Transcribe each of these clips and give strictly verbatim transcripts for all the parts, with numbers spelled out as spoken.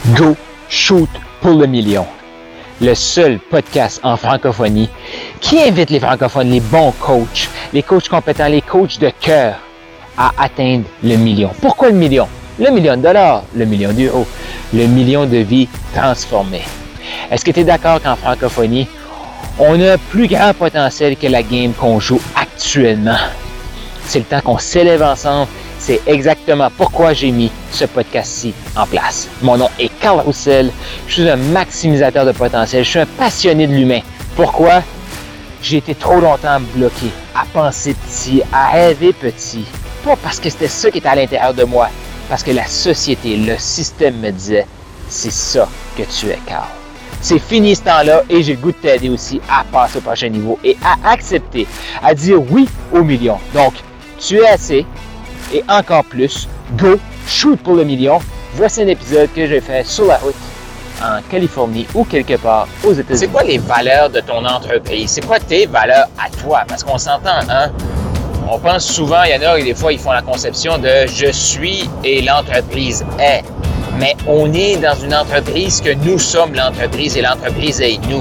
Go Shoot pour le million, le seul podcast en francophonie qui invite les francophones, les bons coachs, les coachs compétents, les coachs de cœur à atteindre le million. Pourquoi le million? Le million de dollars, le million d'euros, le million de vies transformées. Est-ce que tu es d'accord qu'en francophonie, on a un plus grand potentiel que la game qu'on joue actuellement? C'est le temps qu'on s'élève ensemble. C'est exactement pourquoi j'ai mis ce podcast-ci en place. Mon nom est Carl Roussel. Je suis un maximisateur de potentiel. Je suis un passionné de l'humain. Pourquoi? J'ai été trop longtemps bloqué à penser petit, à rêver petit. Pas parce que c'était ça qui était à l'intérieur de moi. Parce que la société, le système me disait, c'est ça que tu es, Carl. C'est fini ce temps-là et j'ai le goût de t'aider aussi à passer au prochain niveau et à accepter, à dire oui au million. Donc, tu es assez. Et encore plus, go, shoot pour le million. Voici un épisode que j'ai fait sur la route en Californie ou quelque part aux États-Unis. C'est quoi les valeurs de ton entreprise? C'est quoi tes valeurs à toi? Parce qu'on s'entend, hein? On pense souvent, il y en a, et des fois, ils font la conception de « je suis » et l'entreprise est. Mais on est dans une entreprise que nous sommes l'entreprise et l'entreprise est nous.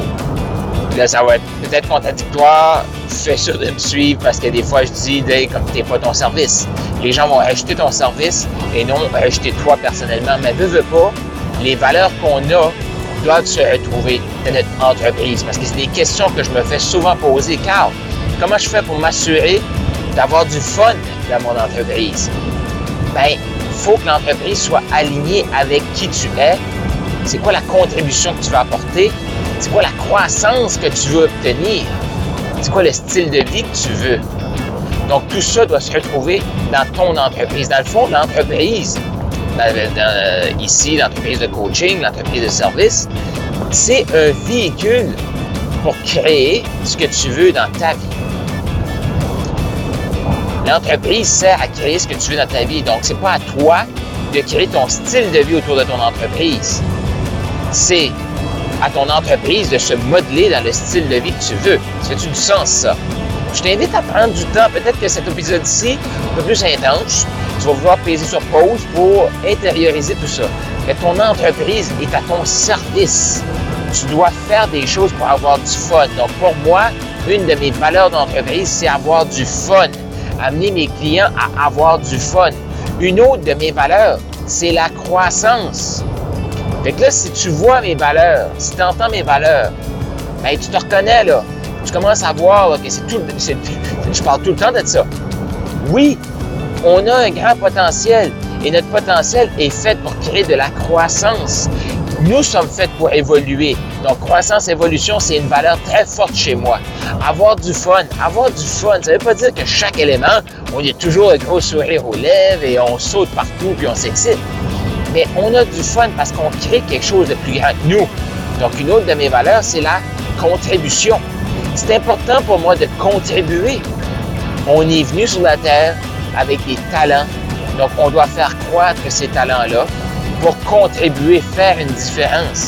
Là, ça va être peut-être contradictoire. Fais sûr de me suivre parce que des fois, je dis hey, comme t'es pas ton service. Les gens vont acheter ton service et non acheter toi personnellement. Mais veux, veux pas, les valeurs qu'on a doivent se retrouver dans notre entreprise. Parce que c'est des questions que je me fais souvent poser. Carl, comment je fais pour m'assurer d'avoir du fun dans mon entreprise? Bien, il faut que l'entreprise soit alignée avec qui tu es. C'est quoi la contribution que tu vas apporter? C'est quoi la croissance que tu veux obtenir? C'est quoi le style de vie que tu veux? Donc, tout ça doit se retrouver dans ton entreprise. Dans le fond, l'entreprise, dans, dans, ici, l'entreprise de coaching, l'entreprise de service, c'est un véhicule pour créer ce que tu veux dans ta vie. L'entreprise sert à créer ce que tu veux dans ta vie. Donc, c'est pas à toi de créer ton style de vie autour de ton entreprise. C'est à ton entreprise de se modeler dans le style de vie que tu veux. Ça fait-tu du sens, ça? Je t'invite à prendre du temps. Peut-être que cet épisode-ci, un peu plus intense, tu vas vouloir peser sur pause pour intérioriser tout ça. Mais ton entreprise est à ton service. Tu dois faire des choses pour avoir du fun. Donc, pour moi, une de mes valeurs d'entreprise, c'est avoir du fun. Amener mes clients à avoir du fun. Une autre de mes valeurs, c'est la croissance. Fait que là, si tu vois mes valeurs, si tu entends mes valeurs, bien, tu te reconnais, là. Tu commences à voir là, que c'est tout... C'est, je parle tout le temps de ça. Oui, on a un grand potentiel et notre potentiel est fait pour créer de la croissance. Nous sommes faits pour évoluer. Donc, croissance, évolution, c'est une valeur très forte chez moi. Avoir du fun. Avoir du fun, ça ne veut pas dire que chaque élément, on y a toujours un gros sourire aux lèvres et on saute partout puis on s'excite. Mais on a du fun parce qu'on crée quelque chose de plus grand que nous. Donc, une autre de mes valeurs, c'est la contribution. C'est important pour moi de contribuer. On est venu sur la Terre avec des talents. Donc, on doit faire croître ces talents-là pour contribuer, faire une différence.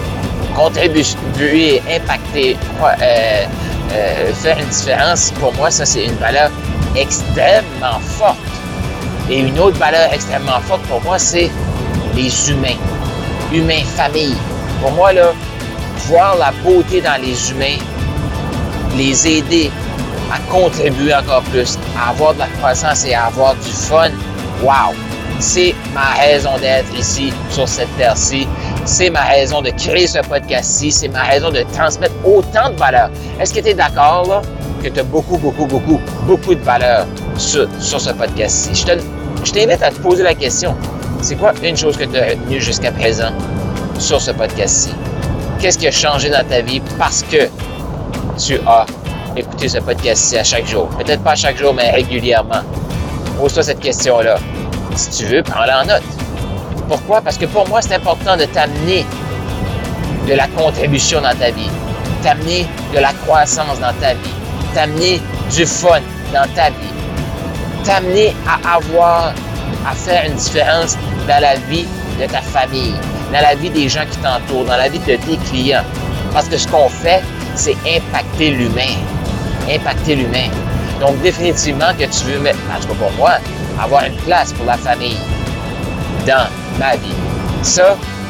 Contribuer, impacter, euh, euh, faire une différence, pour moi, ça, c'est une valeur extrêmement forte. Et une autre valeur extrêmement forte pour moi, c'est les humains, humains, famille. Pour moi, là, voir la beauté dans les humains, les aider à contribuer encore plus, à avoir de la croissance et à avoir du fun, wow! C'est ma raison d'être ici, sur cette terre-ci. C'est ma raison de créer ce podcast-ci. C'est ma raison de transmettre autant de valeur. Est-ce que tu es d'accord, là, que tu as beaucoup, beaucoup, beaucoup, beaucoup de valeur sur, sur ce podcast-ci? Je, te, je t'invite à te poser la question. C'est quoi une chose que tu as retenue jusqu'à présent sur ce podcast-ci? Qu'est-ce qui a changé dans ta vie parce que tu as écouté ce podcast-ci à chaque jour? Peut-être pas à chaque jour, mais régulièrement. Pose-toi cette question-là. Si tu veux, prends-la en note. Pourquoi? Parce que pour moi, c'est important de t'amener de la contribution dans ta vie, t'amener de la croissance dans ta vie, t'amener du fun dans ta vie, t'amener à avoir, à faire une différence dans la vie de ta famille, dans la vie des gens qui t'entourent, dans la vie de tes clients. Parce que ce qu'on fait, c'est impacter l'humain. Impacter l'humain. Donc, définitivement que tu veux mettre, en tout cas pour moi, avoir une place pour la famille dans ma vie. Ça,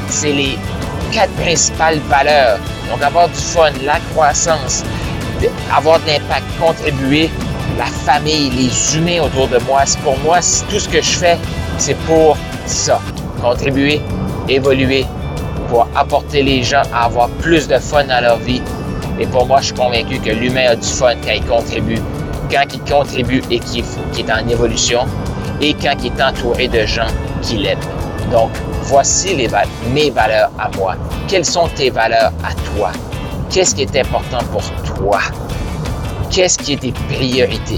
c'est les quatre principales valeurs. Donc, avoir du fun, la croissance, avoir de l'impact, contribuer, la famille, les humains autour de moi. C'est pour moi, c'est tout ce que je fais, c'est pour ça. Contribuer, évoluer, pour apporter les gens à avoir plus de fun dans leur vie. Et pour moi, je suis convaincu que l'humain a du fun quand il contribue, quand il contribue et qu'il est en évolution, et quand il est entouré de gens qui l'aiment. Donc, voici les, mes valeurs à moi. Quelles sont tes valeurs à toi? Qu'est-ce qui est important pour toi? Qu'est-ce qui est tes priorités?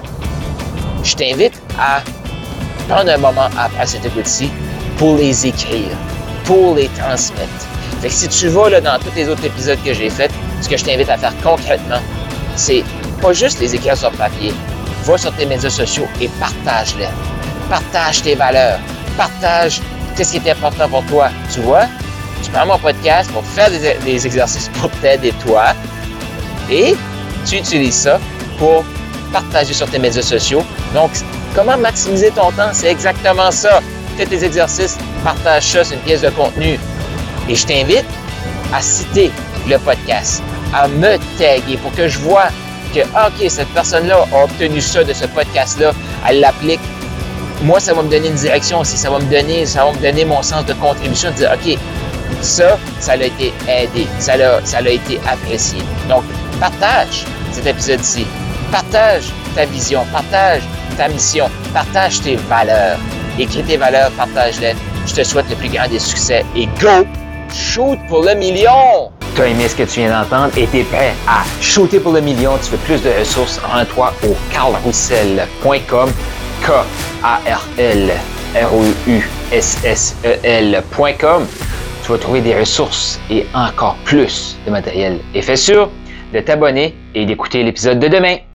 Je t'invite à prendre un moment après cette écoute-ci pour les écrire, pour les transmettre. Fait que si tu vas là, dans tous les autres épisodes que j'ai faits, ce que je t'invite à faire concrètement, c'est pas juste les écrire sur papier. Va sur tes médias sociaux et partage-les. Partage tes valeurs. Partage qu'est-ce qui est important pour toi. Tu vois, tu prends mon podcast pour faire des, des exercices pour t'aider toi et tu utilises ça pour partager sur tes médias sociaux. Donc, comment maximiser ton temps? C'est exactement ça. Fais tes exercices, partage ça, c'est une pièce de contenu. Et je t'invite à citer le podcast, à me taguer pour que je vois que, ah, OK, cette personne-là a obtenu ça de ce podcast-là, elle l'applique. Moi, ça va me donner une direction aussi, ça va me donner, ça va me donner mon sens de contribution, de dire, OK, ça, ça a été aidé, ça a, ça a été apprécié. Donc, partage cet épisode-ci, partage ta vision, partage ta mission, partage tes valeurs. Écris tes valeurs, partage-les. Je te souhaite le plus grand des succès et go! Shoot pour le million! Tu as aimé ce que tu viens d'entendre et tu es prêt à shooter pour le million. Tu veux plus de ressources, rends-toi au carl roussel point com, K A R L R O U S S E L point com. Tu vas trouver des ressources et encore plus de matériel. Et fais sûr de t'abonner et d'écouter l'épisode de demain.